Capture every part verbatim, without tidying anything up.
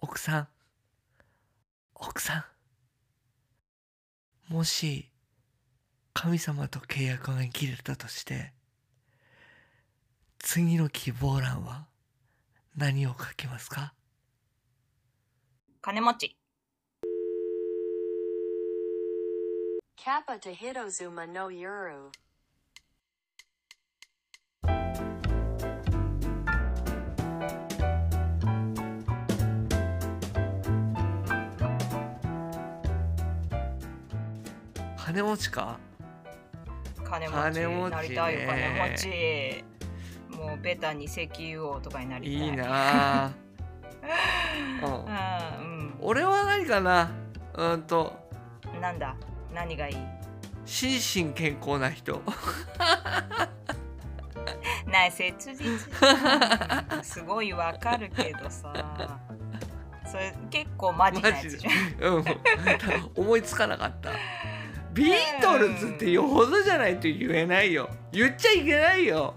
奥さん、奥さん、もし神様と契約が切れたとして、次の希望欄は何を書きますか？ 金持ち。 Kappa to Hitozuma no Yuru. 金持ちか？ 金持ち金持ちねなりたいよ、金持ち。もうベタに石油王とかになりたい。 いいなぁ、うん、 あー、うん。 俺は何かな、うんとなんだ、何がいい？ 心身健康な人。 な切実。すごいわかるけどさ、それ結構マジなやつじゃん。 うん、思いつかなかった。ビートルズってよほどじゃないと言えないよ。言っちゃいけないよ。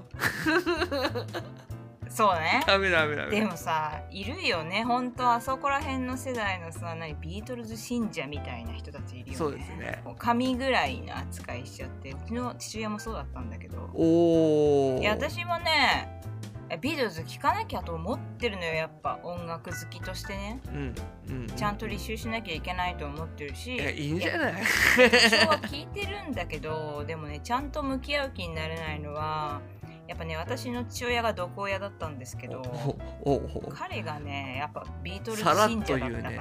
そうね。 ダメダメダメ。 でもさ、いるよね、本当あそこら辺の世代のさ、何ビートルズ信者みたいな人たちいるよね。 そうですね。 神ぐらいの扱いしちゃって、うちの父親もそうだったんだけど。 おー。 いや、私もね、ビートルズ聴かなきゃと思ってるのよ、やっぱ音楽好きとしてね。 うんうん、 ちゃんと履修しなきゃいけないと思ってるし。 いや、いいんじゃない？ 私は聞いてるんだけど、でもね、ちゃんと向き合う気になれないのは、やっぱね、私の父親が毒親だったんですけど、 おお彼がね、やっぱビートルズ信者だったから、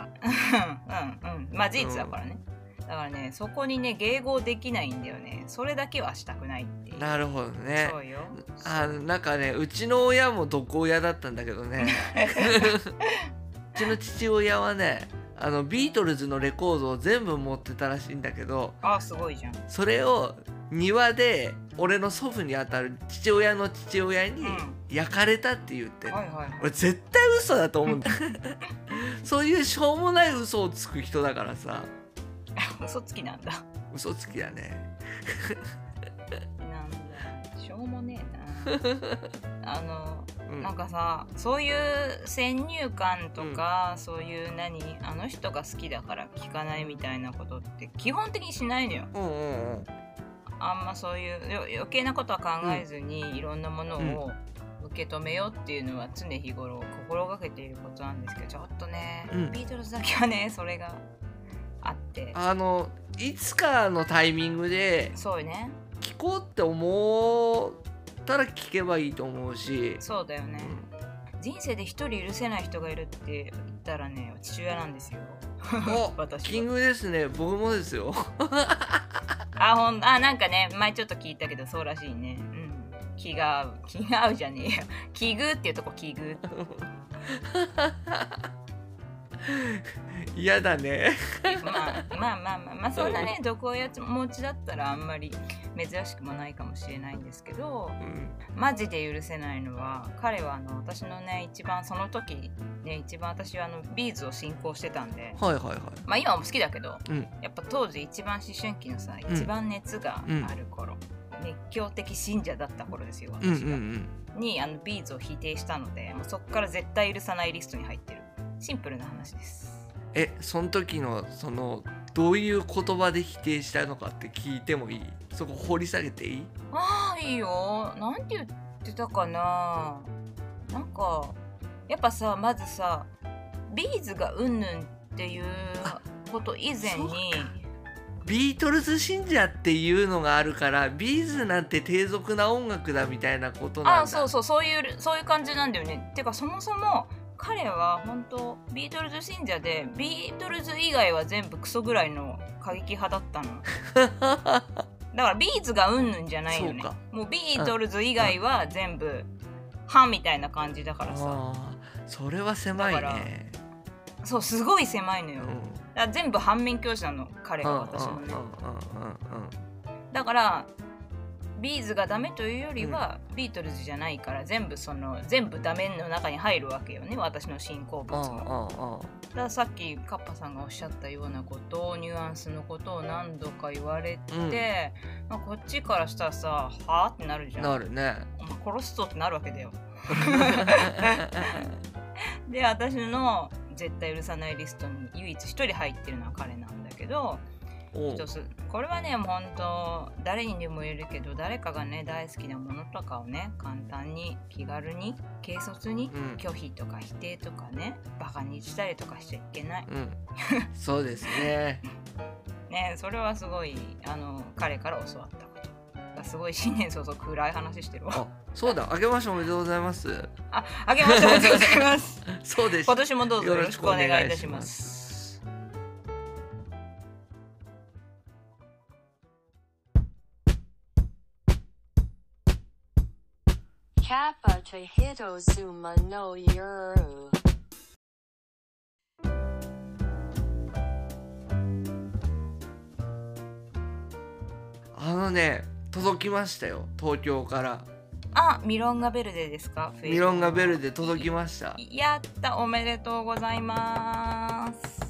ね、うんうん、まあ事実だからね、うん、だからね、そこにね迎合できないんだよね。それだけはしたくないっていう。 なるほどね。 そうよ。 あ、なんかね、うちの親も毒親だったんだけどね。うちの父親はね、あのビートルズのレコードを全部持ってたらしいんだけど、 あ、すごいじゃん。 それを庭で俺の祖父にあたる父親の父親に焼かれたって言って、うん、はいはい、俺絶対嘘だと思うんだ。そういうしょうもない嘘をつく人だからさ。 嘘つきなんだ。 嘘つきだね。 なんだ、しょうもねえな。あの、うん、なんかさ、そういう先入観とか、うん、そういう何、あの人が好きだから聞かないみたいなことって基本的にしないのよ。うんうんうん、あんまそういう余計なことは考えずに、うん、いろんなものを受け止めようっていうのは常日頃心がけていることなんですけど、ちょっとね、うん、ビートルズだけはね、それがあって、 あのいつかのタイミングでそうね、 聞こうって思ったら聞けばいいと思うし。 そうだよね、うん、人生で一人許せない人がいるって言ったらね、父親なんですよ。 おキングですね。僕もですよ。 あ、ほんあ、なんかね、前ちょっと聞いたけどそうらしいね。うん、気が合う気が合うじゃねえよ。奇遇っていうとこ奇遇。 嫌だね。 まあまあまあまあまあ、そんなね毒親持ちだったらあんまり珍しくもないかもしれないんですけど、うん、マジで許せないのは、彼はあの私のね一番その時ね一番私はあのビーズを信仰してたんで、 はいはいはい、 まあ今も好きだけど、 うん、 やっぱ当時一番思春期のさ、一番熱がある頃、うん、熱狂的信者だった頃ですよ、私が、うんうんうん、にあのビーズを否定したので、もうそこから絶対許さないリストに入ってる。シンプルな話です。 え、その時のそのどういう言葉で否定したのかって聞いてもいい？そこ掘り下げていい？ ああ、いいよ。なんて言ってたかな。なんかやっぱさ、まずさ、ビーズがうんぬんっていうこと以前に、 ビートルズ信者っていうのがあるから、ビーズなんて低俗な音楽だみたいなことなんだ。 あ、そうそう、そういうそういう感じなんだよね。てかそもそも彼は本当ビートルズ信者で、ビートルズ以外は全部クソぐらいの過激派だったの。だからビーズがうんぬんじゃないよね。もうビートルズ以外は全部派みたいな感じだからさ。 あ、それは狭いね。 そう、すごい狭いのよ、うん、だから全部反面教師なの彼は、私のね。だからビーズがダメというよりは、うん、ビートルズじゃないから全部その全部ダメの中に入るわけよね、私の信仰物も。だからさっきカッパさんがおっしゃったようなことを、ニュアンスのことを何度か言われて、うん、まあ、こっちからしたらさ、はあってなるじゃん。 なるね。 お前殺すぞってなるわけだよ。で、私の絶対許さないリストに唯一一人入ってるのは彼なんだけど、一つこれはねもう本当誰にでも言えるけど、誰かがね大好きなものとかをね簡単に気軽に軽率に拒否とか否定とかね、うん、バカにしたりとかしちゃいけない、 うん、そうですねね、それはすごいあの彼から教わったこと。すごい新年早々暗い話してるわ。 あ、そうだ、あげましょう、おめでとうございます。 あ、あげましょう、おめでとうございますそうです。 今年もどうぞよろしくお願いいたします。 Kappa to Hitozuma no Yuru。 あのね、届きましたよ、東京から。 あ、ミロンガベルデですか？ ミロンガベルデ届きました。 やった、おめでとうございます。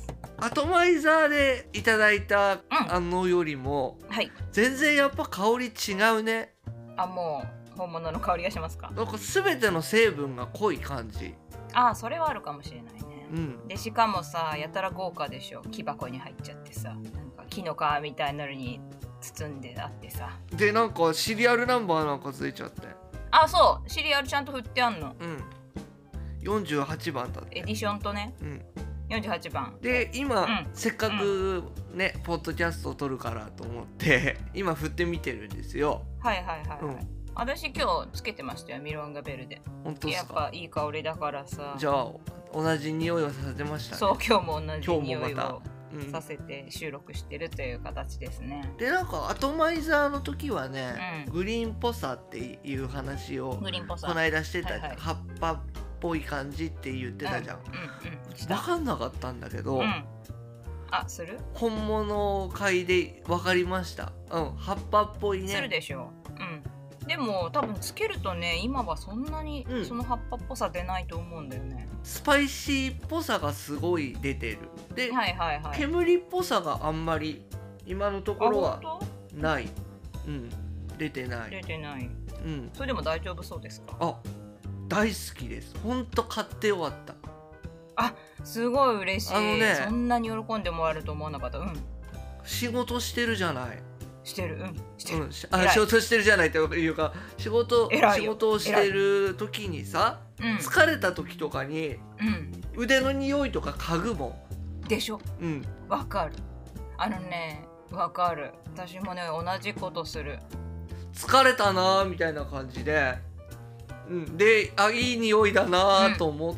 アトマイザーでいただいた、うん、あのよりも、はい、全然やっぱ香り違うね。 あ、もう本物の香りがしますか？ なんか全ての成分が濃い感じ。 あ、それはあるかもしれないね、うん、でしかもさ、やたら豪華でしょ。木箱に入っちゃってさ、なんか木の皮みたいなのに包んであってさ、 でなんかシリアルナンバーなんかついちゃって。 あ、そう、シリアルちゃんと振ってあんの。 うん、よんじゅうはちばんだって。 エディションとね、うん、よんじゅうはちばんで今、うん、せっかくね、うん、ポッドキャストを撮るからと思って今振ってみてるんですよ。 はいはいはい、はい、うん、私今日つけてましたよ、ミロンガベルデ。 本当ですか？ やっぱいい香りだからさ。 じゃあ同じ匂いをさせてましたね。 そう、今日も同じ匂いをさせて収録してるという形ですね、 うん、でなんかアトマイザーの時はね、うん、グリーンっぽさっていう話をこの間してた、はいはい、葉っぱっぽい感じって言ってたじゃん、うんうんうん、分かんなかったんだけど、うん、 あ、する？ 本物買いで分かりました。うん、葉っぱっぽいね。 するでしょ。うん、でも多分つけるとね、今はそんなにその葉っぱっぽさ出ないと思うんだよね、 うん、スパイシーっぽさがすごい出てる。で、 はいはいはい、 煙っぽさがあんまり今のところはない。うん、出てない。 出てない。 うん。 それでも大丈夫そうですか？ あ、大好きです。ほんと買ってよかった。 あ、すごい嬉しい。あのね、そんなに喜んでもらえると思わなかった。うん。 仕事してるじゃない。 してる、うん、してる、うん、 あ、仕事してるじゃないっていうか、仕事仕事をしてる時にさ、うん、疲れた時とかに、うん、腕の匂いとか嗅ぐもんでしょ。うん、わかる。あのね、わかる。私もね同じことする。疲れたなみたいな感じで、うん、で、あ、いい匂いだなと思って、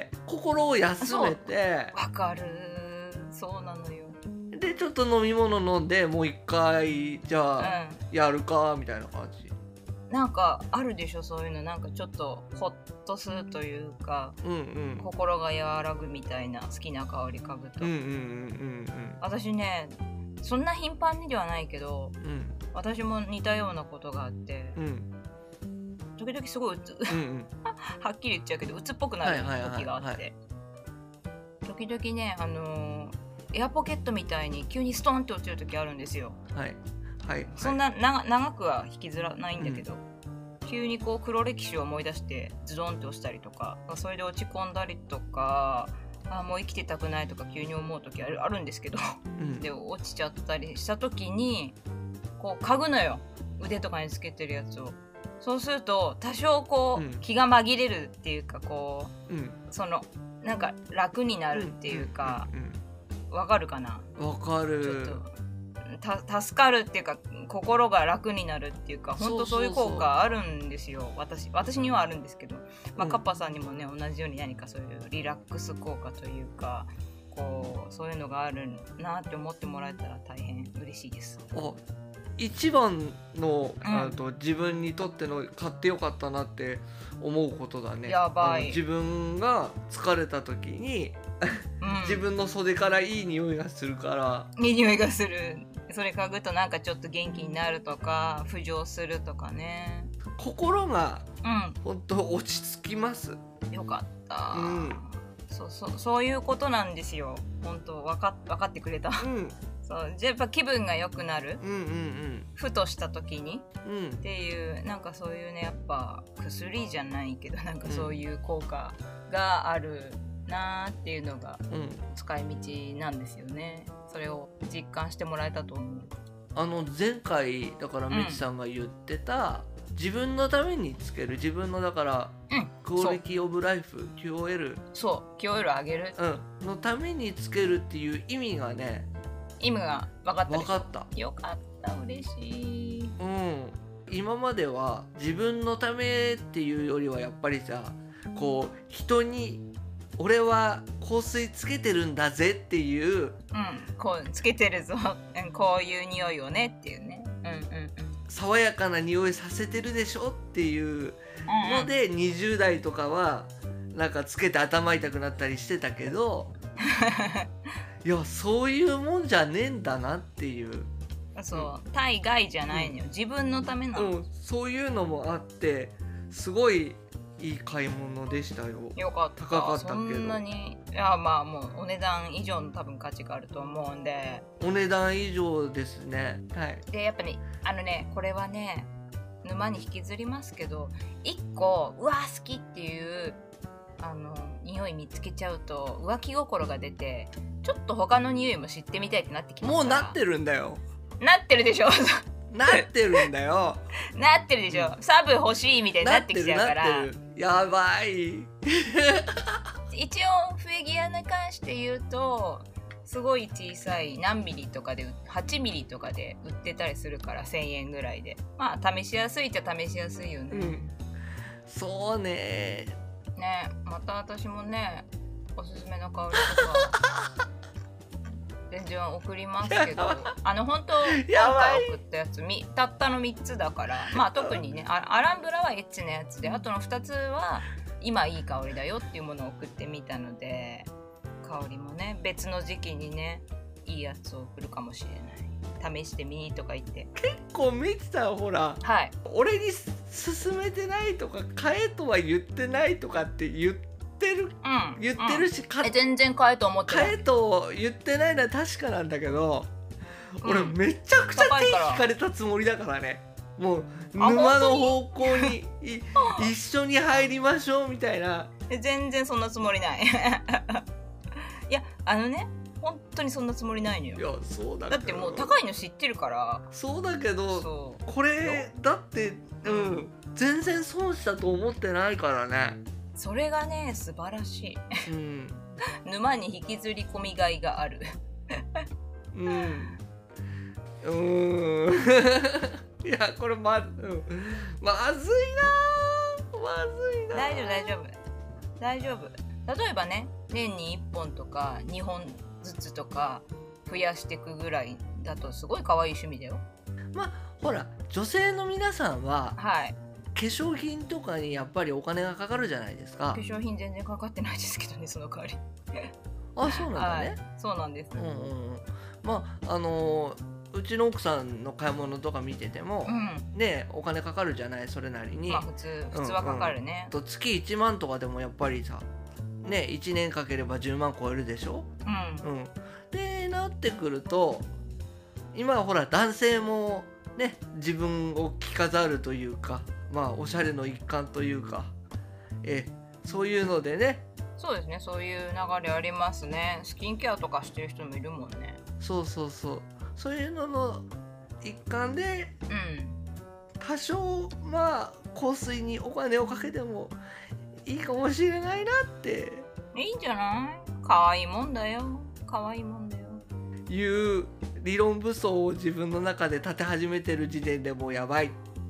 うんうん、心を休めて。 わかる。そうなのよ。 でちょっと飲み物飲んでもう一回じゃあ、うん、やるかみたいな感じ。 なんかあるでしょ、そういうの。なんかちょっとホッとするというか、うんうん、心が和らぐみたいな、好きな香り嗅ぐと。私ね、そんな頻繁にではないけど、うん、私も似たようなことがあって、うん、時々すごいうつ、うんうん、はっきり言っちゃうけどうつっぽくなる時があって、時々ね、あのーエアポケットみたいに急にストンって落ちる時あるんですよ。 はいはい、 そんなな長くは引きずらないんだけど、うん、急にこう黒歴史を思い出してズドンって落ちたりとか、それで落ち込んだりとか、あ、もう生きてたくないとか急に思う時ある、あるんですけど、うん、で落ちちゃったりした時にこう嗅ぐのよ、腕とかにつけてるやつを。そうすると多少こう、うん、気が紛れるっていうか、こう、うん、そのなんか楽になるっていうか、うんうんうんうん、わかるかな？ わかる。 ちょっとた助かるっていうか、心が楽になるっていうか、本当そういう効果あるんですよ。私私にはあるんですけど、まあ、うん、カッパさんにもね同じように何かそういうリラックス効果というか、こうそういうのがあるなって思ってもらえたら大変嬉しいです。 あ、一番の、うん、あと自分にとっての買ってよかったなって思うことだね。 やばい。 自分が疲れた時にうん、自分の袖からいい匂いがするから。 いい匂いがする。それ嗅ぐとなんかちょっと元気になるとか、浮上するとかね。 心が本当落ち着きます。 よかった、うん、そうそう、そういうことなんですよ。本当分か、分かってくれた、うん、そうやっぱ気分が良くなる、うんうんうん、ふとした時に、うん、っていう、なんかそういうね、やっぱ薬じゃないけど、なんかそういう効果があるなーっていうのがうん、 使い道なんですよね。それを実感してもらえたと思う。 あの前回だからみちさんが言ってた、うん、自分のためにつける自分のだから、うん、クオリティオブライフ キューオーエルそう キューオーエル 上げる、 うん、のためにつけるっていう意味がね意味が分かったでしょ。 分かった。 よかった嬉しい。 うん今までは自分のためっていうよりはやっぱりさこう人に俺は香水つけてるんだぜっていう、うん、 こうつけてるぞこういう匂いをねっていうね、うんうんうん、 爽やかな匂いさせてるでしょっていうので、うんうん、にじゅう代とかはなんかつけて頭痛くなったりしてたけどいやそういうもんじゃねえんだなっていう。 そう、対外じゃないのよ、うん、自分のためなの、うん、 そういうのもあってすごいいい買い物でしたよ。 よかった。 高かったけどそんなにいやまあもうお値段以上の多分価値があると思うんで。 お値段以上ですね。はいでやっぱりあのねこれはね沼に引きずりますけどいっこうわ好きっていうあの匂い見つけちゃうと浮気心が出てちょっと他の匂いも知ってみたいってなってきますから。 もうなってるんだよ。 なってるでしょなってるんだよなってるでしょ、うん、サブ欲しいみたいになってきちゃうからなってるなってるやばい一応フィギュアに関して言うとすごい小さい何ミリとかではちミリとかで売ってたりするからせんえんぐらいでまあ試しやすいっちゃ試しやすいよね、うん、 そうねねまた私もねおすすめの香りとか全然送りますけどあの本当今回送ったやつみたったのみっつだからまあ特にねアランブラはエッチなやつであとのふたつは今いい香りだよっていうものを送ってみたので香りもね別の時期にねいいやつを送るかもしれない試してみとか言って結構見てたほら、はい、俺に勧めてないとか買えとは言ってないとかって言って言ってる、うん、言ってるし、 うん、全然買えと思ってない。 買えと言ってないのは確かなんだけど、うん、俺めちゃくちゃ手引かれたつもりだからね。もう沼の方向に一緒に入りましょうみたいな。 全然そんなつもりない。いやあのね本当にそんなつもりないのよ。 いやそうだけど。 だってもう高いの知ってるから。 そうだけどこれだってうん全然損したと思ってないからね。 それがね素晴らしい、うん、沼に引きずり込みがいがあるうんうーんいやこれま、うん、まずいなまずいな大丈夫大丈夫大丈夫例えばね年にいっぽんとかにほんずつとか増やしていくぐらいだとすごい可愛い趣味だよ。 まあほら女性の皆さんははい化粧品とかにやっぱりお金がかかるじゃないですか。 化粧品全然かかってないですけどねその代わりあそうなんだね、はい、 そうなんです、うんうん、 まああのー、うちの奥さんの買い物とか見てても、うん、ねお金かかるじゃないそれなりに。 まあ普通普通はかかるね、 うんうん、と月いちまんとかでもやっぱりさねいちねんかければじゅうまん超えるでしょ、うんうん、でなってくると今はほら男性もね自分を着飾るというかまあおしゃれの一環というかえそういうのでねそうですねそういう流れありますね。スキンケアとかしてる人もいるもんね。 そうそうそうそういうのの一環で、うん、多少まあ香水にお金をかけてもいいかもしれないなっていいんじゃない可愛いもんだよ可愛いもんだよいう理論武装を自分の中で立て始めてる時点でもうやばい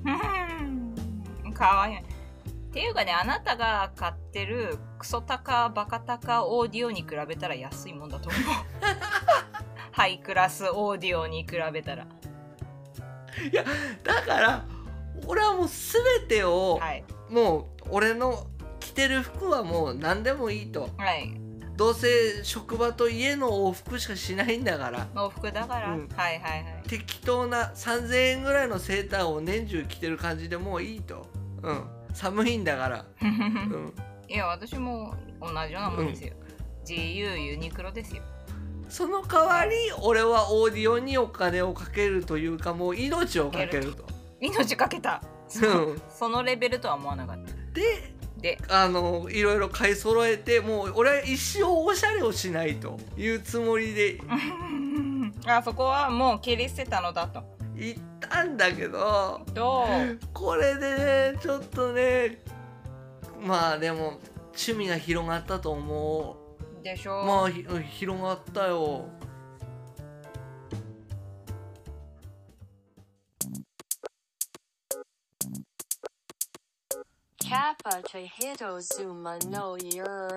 かわいいっていうかねあなたが買ってるクソ高バカ高オーディオに比べたら安いもんだと思うハイクラスオーディオに比べたらいやだから俺はもう全てを、はい、もう俺の着てる服はもう何でもいいと、はい、どうせ職場と家の往復しかしないんだから往復だから、うん、はいはいはい適当なさんぜんえんぐらいのセーターを年中着てる感じでもういいと、うん、寒いんだから、うん、 いや私も同じようなもんですよ、うん、ジーユー ユニクロですよ。 その代わり俺はオーディオにお金をかけるというかもう命をかけると命かけたそ, そのレベルとは思わなかった。 でであのいろいろ買い揃えて、もう俺は一生おしゃれをしないというつもりであそこはもう切り捨てたのだと行ったんだけど、 どうこれでねちょっとね、まあでも趣味が広がったと思うでしょ。 まあひ広がったよ。 Kappa to Hitozuma no Yuru.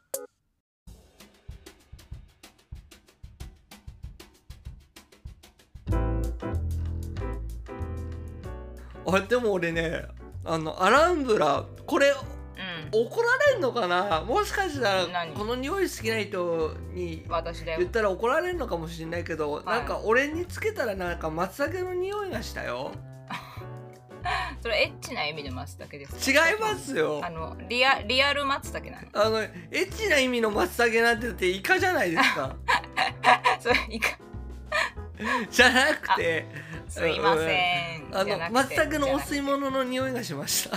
あでも俺ね、あのアランブラこれ、うん、怒られんのかな、もしかしたらこの匂い好きな人に言ったら怒られるのかもしれないけど、はい、なんか俺につけたらなんか松茸の匂いがしたよ。 それエッチな意味の松茸ですか？違いますよ。 あのリアリアル松茸なの。 あのエッチな意味の松茸なんてだってイカじゃないですか。 それイカじゃなくて、 すいません。 あの松茸のお吸い物の匂いがしました。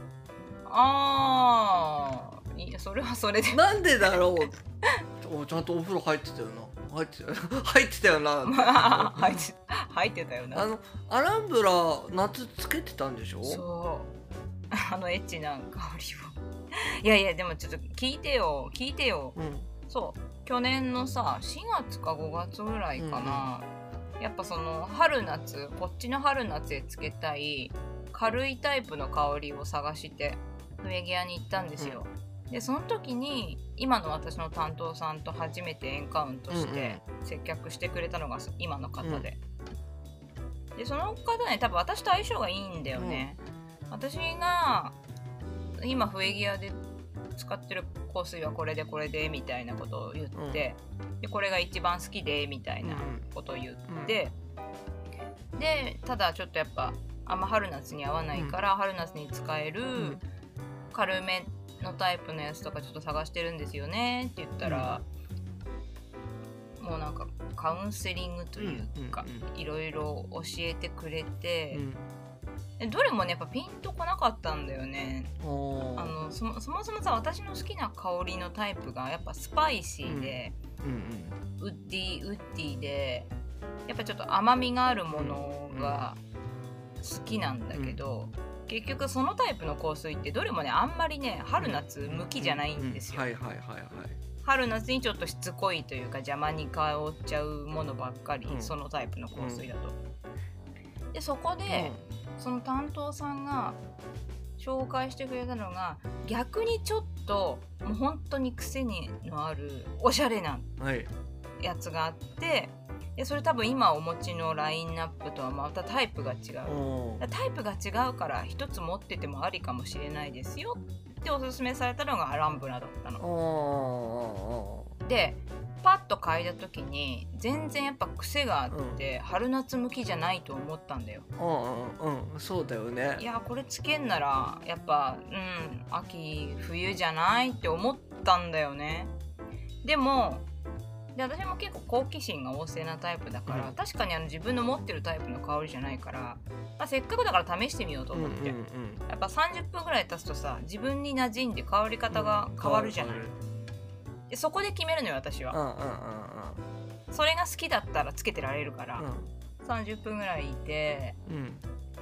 ああ、いやそれはそれで。 なんでだろう。おちゃんとお風呂入ってたよな。入って入ってたよな。 入って入ってたよな。 あのアランブラ夏つけてたんでしょ。 そう。あのエッチな香りを。いやいやでもちょっと聞いてよ聞いてよ。うん、そう去年のさしがつかごがつぐらいかな。うん、やっぱその春夏こっちの春夏へつけたい軽いタイプの香りを探して植木屋に行ったんですよ。うん、でその時に今の私の担当さんと初めてエンカウントして接客してくれたのが今の方で、うん、でその方ね多分私と相性がいいんだよね。うん、私が今笛木屋で使ってる香水はこれでこれでみたいなことを言って、うん、でこれが一番好きでみたいなことを言って、うん、でただちょっとやっぱあんま春夏に合わないから、うん、春夏に使える軽めのタイプのやつとかちょっと探してるんですよねって言ったら、うん、もうなんかカウンセリングというか、うん、いろいろ教えてくれて、うん、どれもねやっぱピンとこなかったんだよね。あの そ, そもそもさ私の好きな香りのタイプがやっぱスパイシーで、うんうん、ウッディウッディでやっぱちょっと甘みがあるものが好きなんだけど、うんうん、結局そのタイプの香水ってどれもねあんまりね春夏向きじゃないんですよ。春夏にちょっとしつこいというか邪魔に香っちゃうものばっかり、うん、そのタイプの香水だと、うん、でそこで、うん、その担当さんが紹介してくれたのが逆にちょっともう本当に癖にのあるおしゃれなやつがあって、はい、でそれ多分今お持ちのラインナップとはまたタイプが違う。タイプが違うから一つ持っててもありかもしれないですよっておすすめされたのがアランブラだったの。でパッと嗅いだ時に全然やっぱ癖があって、うん、春夏向きじゃないと思ったんだよ。 うんうんうん、そうだよね。 いやこれつけんならやっぱうん秋冬じゃないって思ったんだよね。でもで私も結構好奇心が旺盛なタイプだから、うん、確かにあの自分の持ってるタイプの香りじゃないから、まあ、せっかくだから試してみようと思って、うんうんうん、やっぱさんじゅっぷんぐらい経つとさ自分に馴染んで香り方が変わるじゃない、うん、でそこで決めるのよ私は、うんうんうんうん、それが好きだったらつけてられるから、うん、さんじゅっぷんぐらいいて、うん、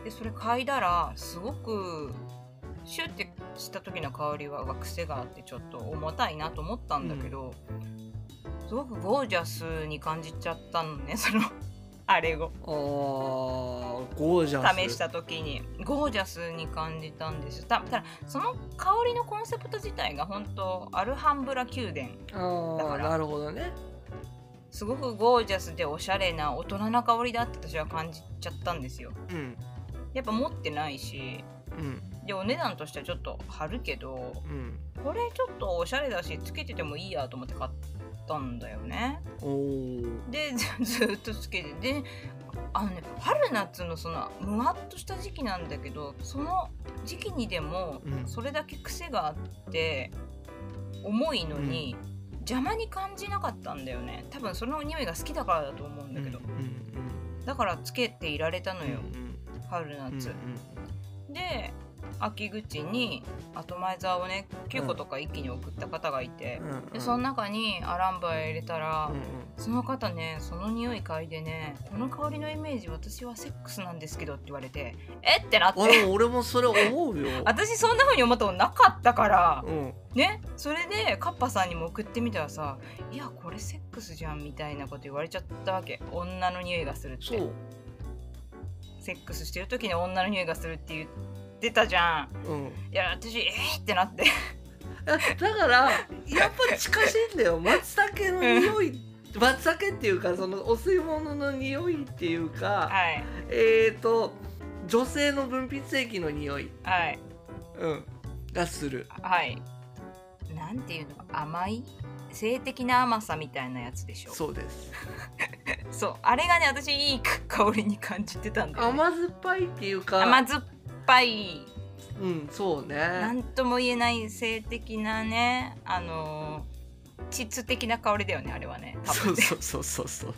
でそれ嗅いだらすごくシュッてした時の香りは癖があってちょっと重たいなと思ったんだけど、うんすごくゴージャスに感じちゃったのねそのあれをあゴージャス試した時にゴージャスに感じたんですよ。ただその香りのコンセプト自体が本当アルハンブラ宮殿だからなるほどね。 すごくゴージャスでおしゃれな大人な香りだって私は感じちゃったんですよ、うん、やっぱ持ってないし、うん、でお値段としてはちょっと張るけど、うん、これちょっとおしゃれだしつけててもいいやと思って買ったんだよね。でずっとつけてであのね春夏のそのむわっとした時期なんだけどその時期にでもそれだけ癖があって重いのに、うん、邪魔に感じなかったんだよね。多分その匂いが好きだからだと思うんだけど、うんうんうん、だからつけていられたのよ、うんうん、春夏、うんうん、で秋口にアトマイザーをねきゅうことか一気に送った方がいて、 うんうん、 でその中にアランブラ入れたら、うんうん、その方ねその匂い嗅いでねこの香りのイメージ私はセックスなんですけどって言われてえってなって俺も俺もそれ思うよ私そんな風に思ったことなかったから、 うん、 ねそれでカッパさんにも送ってみたらさいやこれセックスじゃんみたいなこと言われちゃったわけ。女の匂いがするって。 そうセックスしてる時に女の匂いがするって言ってたじゃん、うん、いや私えーってなってだからやっぱ近しいんだよ松茸の匂い松茸っていうかそのお吸い物の匂いっていうか、 はい、 えーと女性の分泌液の匂い、 はいうん、がする。 はいなんていうの甘い性的な甘さみたいなやつでしょ。 そうですそうあれがね私いい香りに感じてたんだよね。 甘酸っぱいっていうか甘酸っぱいうんそうねなんとも言えない性的なねあのー、膣的な香りだよねあれはね多分ねそうそうそうそう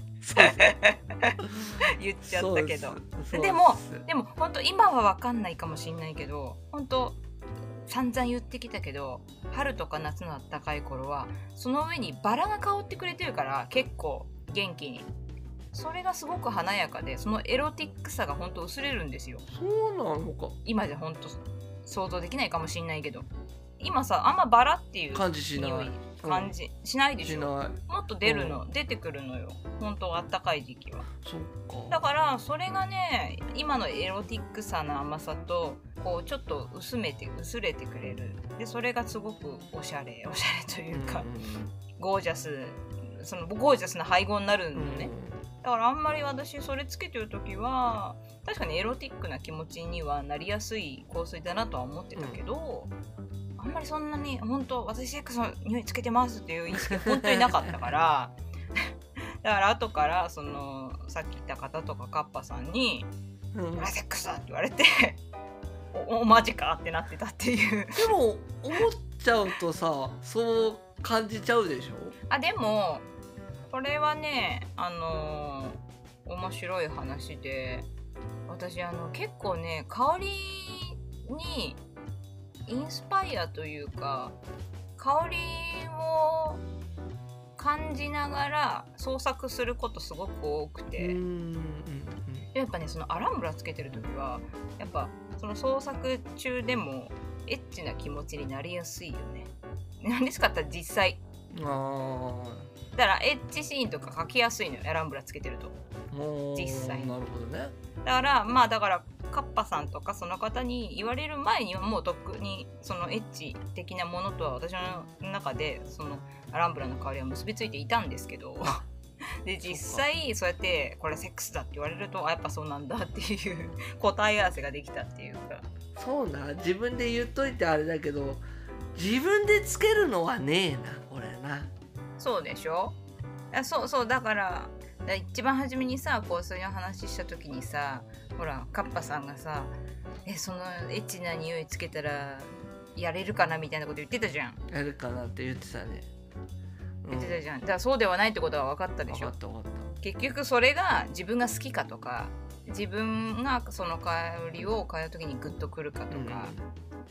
言っちゃったけどで, でもでも本当今は分かんないかもしんないけど本当散々言ってきたけど春とか夏のあったかい頃はその上にバラが香ってくれてるから結構元気にそれがすごく華やかでそのエロティックさが本当薄れるんですよ。 そうなのか今じゃ本当想像できないかもしんないけど今さあんまバラっていう感じしない感じ、うん、しないでしょ。 しないもっと出るの、うん、出てくるのよ本当あったかい時期は。 そっかだからそれがね今のエロティックさの甘さとこうちょっと薄めて薄れてくれるでそれがすごくおしゃれおしゃれというか、うんうん、ゴージャスそのゴージャスな配合になるのね、うん、だからあんまり私それつけてる時は確かにエロティックな気持ちにはなりやすい香水だなとは思ってたけど、うん、あんまりそんなに本当私セックスの匂いつけてますっていう意識本当になかったからだから後からそのさっき言った方とかカッパさんに「うん、セックスだ」って言われてお, おマジかってなってたっていうでも思っちゃうとさそう感じちゃうでしょ。 あでもこれはねあのー、面白い話で私あの結構ね香りにインスパイアというか香りを感じながら創作することすごく多くて、うんうん、やっぱねそのアランブラつけてる時はやっぱその創作中でもエッチな気持ちになりやすいよね。何ですかって実際あだからエッチシーンとか描きやすいのよアランブラつけてると実際なるほどね。 だからまあだからカッパさんとかその方に言われる前にはもうとっくにそのエッチ的なものとは私の中でそのアランブラの香りは結びついていたんですけどで実際そうやってこれセックスだって言われるとあやっぱそうなんだっていう答え合わせができたっていうか。 そうな自分で言っといてあれだけど自分でつけるのはねえな俺な。 そうでしょ。そうそうだからだ一番初めにさ香水の話した時にさほらカッパさんがさえそのエッチな匂いつけたらやれるかなみたいなこと言ってたじゃん。 やるかなって言ってたね、 うん、言ってたじゃん。だからそうではないってことは分かったでしょ。 分かった分かった。 結局それが自分が好きかとか自分がその香りを嗅いだ時にグッとくるかとか、うん、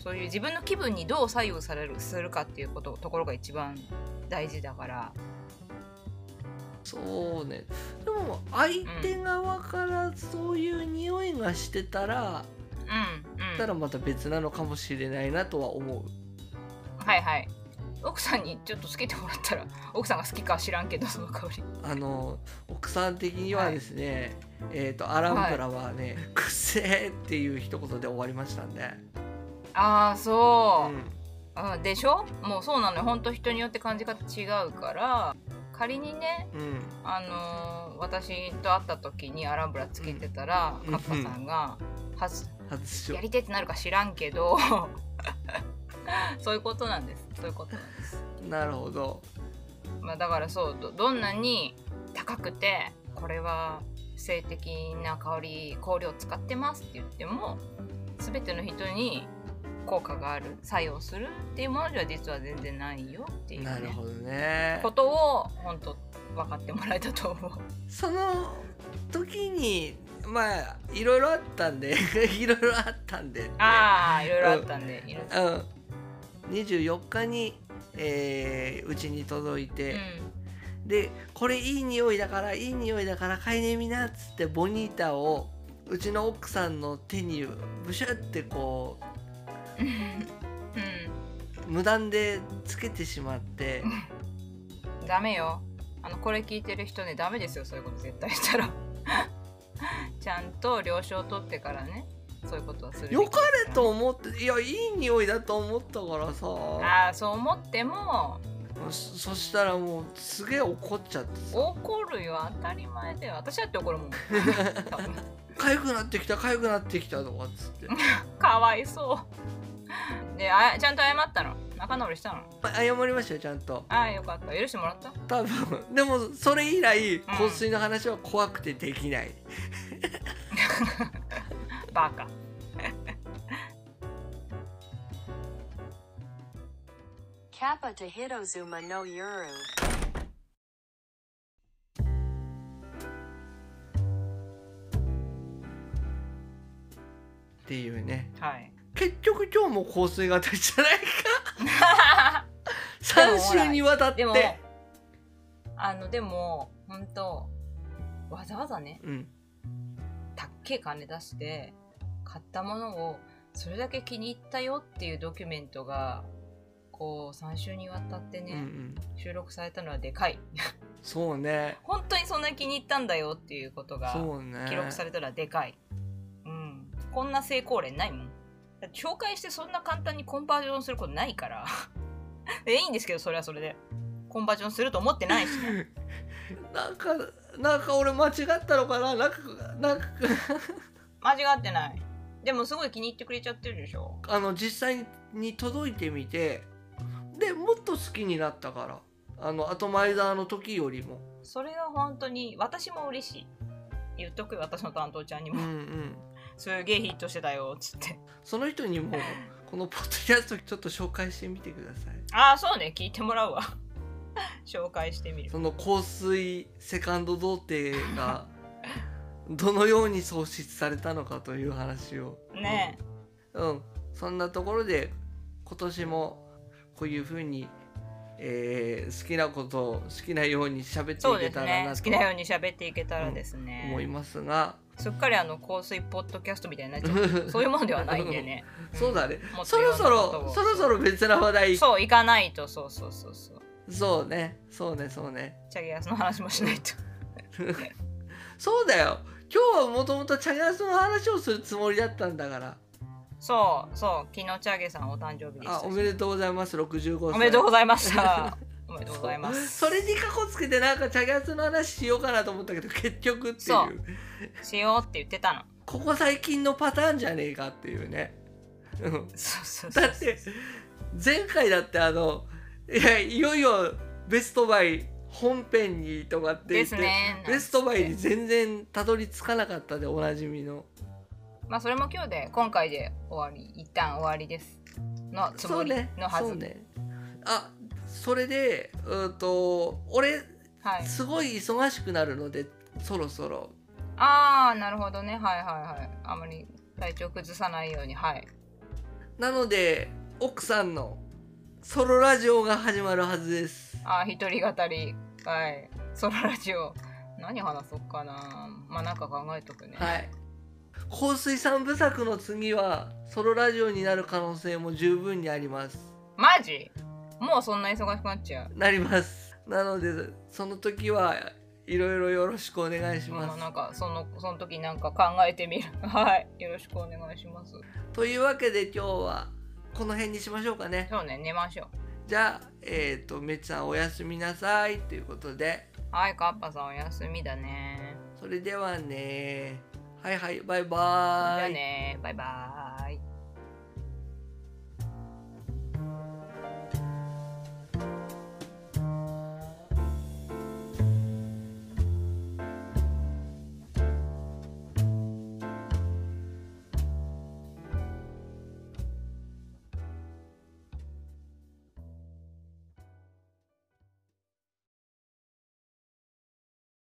そういう自分の気分にどう左右されるするかっていうことところが一番大事だから。 そうね。でも相手側からそういう匂いがしてたら、うんうん、たらまた別なのかもしれないなとは思う。 はいはい。奥さんにちょっとつけてもらったら奥さんが好きかは知らんけどその香り。 あの奥さん的にはですね、はい、えっ、ー、とアランブラはね、はい、くせーっていう一言で終わりましたんで。 ああそう。うん、あでしょ。もうそうなのよ。本当人によって感じ方違うから。仮にね、うん、あのー、私と会った時にアランブラつけてたら、うん、カッパさんが外やりてってなるか知らんけどそういうことなんですそういうことなんです。 なるほど、 まあ、だからそう ど, どんなに高くてこれは性的な香り香料を使ってますって言っても全ての人に効果がある作用するっていうものでは実は全然ないよっていう、ね、 なるほどねことを本当分かってもらえたと思う。 その時にまあいろいろあったんでいろいろあったんでああいろいろあったんで、 うん、にじゅうよっかにえー、うちに届いて、うん、でこれいい匂いだからいい匂いだから買いねみなっつってボニータをうちの奥さんの手にブシュってこう、うん、無断でつけてしまってダメよ、あのこれ聞いてる人ね、ダメですよそういうこと絶対したらちゃんと了承を取ってからねそういうことはする。 よかれと思って、いやいい匂いだと思ったからさ。 ああそう思ってもそ, そしたらもうすげえ怒っちゃってさ。 怒るよ当たり前だよ、私だって怒るもんかゆくなってきたかゆくなってきたとかっつってかわいそうで、あちゃんと謝ったの？仲直りしたの？ 謝りましたよちゃんと。 ああよかった、許してもらった？ 多分でもそれ以来香水の話は怖くてできない、うんバカ Kappa to Hitozuma no Yuru っていうね、 はい、 結局今日も香水型じゃないかさん週にわたって。 でもあのでも本当わざわざね、うん、たっけえ金出して買ったものをそれだけ気に入ったよっていうドキュメントがこうさん週にわたってね、うんうん、収録されたのはでかいそうね、 本当にそんな気に入ったんだよっていうことが記録されたらでかい、う、ね、うん、こんな成功例ないもん。だって紹介してそんな簡単にコンバージョンすることないからいいんですけど、それはそれでコンバージョンすると思ってないしねなんかなんか俺間違ったのかな、なんかなんか間違ってない。でもすごい気に入ってくれちゃってるでしょ。 あの実際に届いてみて、でもっと好きになったから、あのアトマイザーの時よりも。それは本当に私も嬉しい。言っとくよ私の担当ちゃんにも、うんうん、すげえヒットしてたよっつって。 その人にもこのポッドキャストちょっと紹介してみてください。 ああそうね、聞いてもらうわ紹介してみる。 その香水セカンド童貞がどのように創出されたのかという話をねえ、うん、そんなところで今年もこういう風に、えー、好きなことを好きなように喋っていけたらなと、 ね、好きなように喋っていけたらですね、 うん、思いますが、 すっかりあの香水ポッドキャストみたいになっちゃうそういうものではないんでね、 うん、そうだね、そろそろそろそろ別な話題、 そう行かないと、そうそうそうそうそうねそうねそうねチャゲアスの話もしないとそうだよ、今日はもともとチャゲアスの話をするつもりだったんだから。 そうそう昨日チャゲさんお誕生日でした。 あ、おめでとうございます。ろくじゅうごさいおめでとうございましたおめでとうございます。 そ, それにカコつけてなんかチャゲアスの話しようかなと思ったけど結局っていう、 そうしようって言ってたの。 ここ最近のパターンじゃねえかっていうねそうそうそう、 だって前回だってあのいやいよいよベストバイ本編にとかって言って、ね、ベストバイに全然たどり着かなかったでおなじみの。 まあそれも今日で今回で終わり、一旦終わりですのつもりのはず。 そうね、そうね。あ、それでうんと俺、はい、すごい忙しくなるのでそろそろ。 ああなるほどね、はいはいはい、あまり体調崩さないように、はい。 なので奥さんのソロラジオが始まるはずです。 ああ一人語り、はい、ソロラジオ何話そうかな、まあなんか考えとくね。 はい。香水三部作の次はソロラジオになる可能性も十分にあります。 マジ？もうそんな忙しくなっちゃう？ なります。なのでその時はいろいろよろしくお願いします。 まあ、なんかそのその時なんか考えてみるはいよろしくお願いします。 というわけで今日はこの辺にしましょうかね。 そうね、寝ましょう。 じゃあえっ、ー、とめっちゃんおやすみなさいということで。 はい、カッパさんおやすみだね。 それではね、はいはいバイバーイ。 じゃあね、バイバーイ。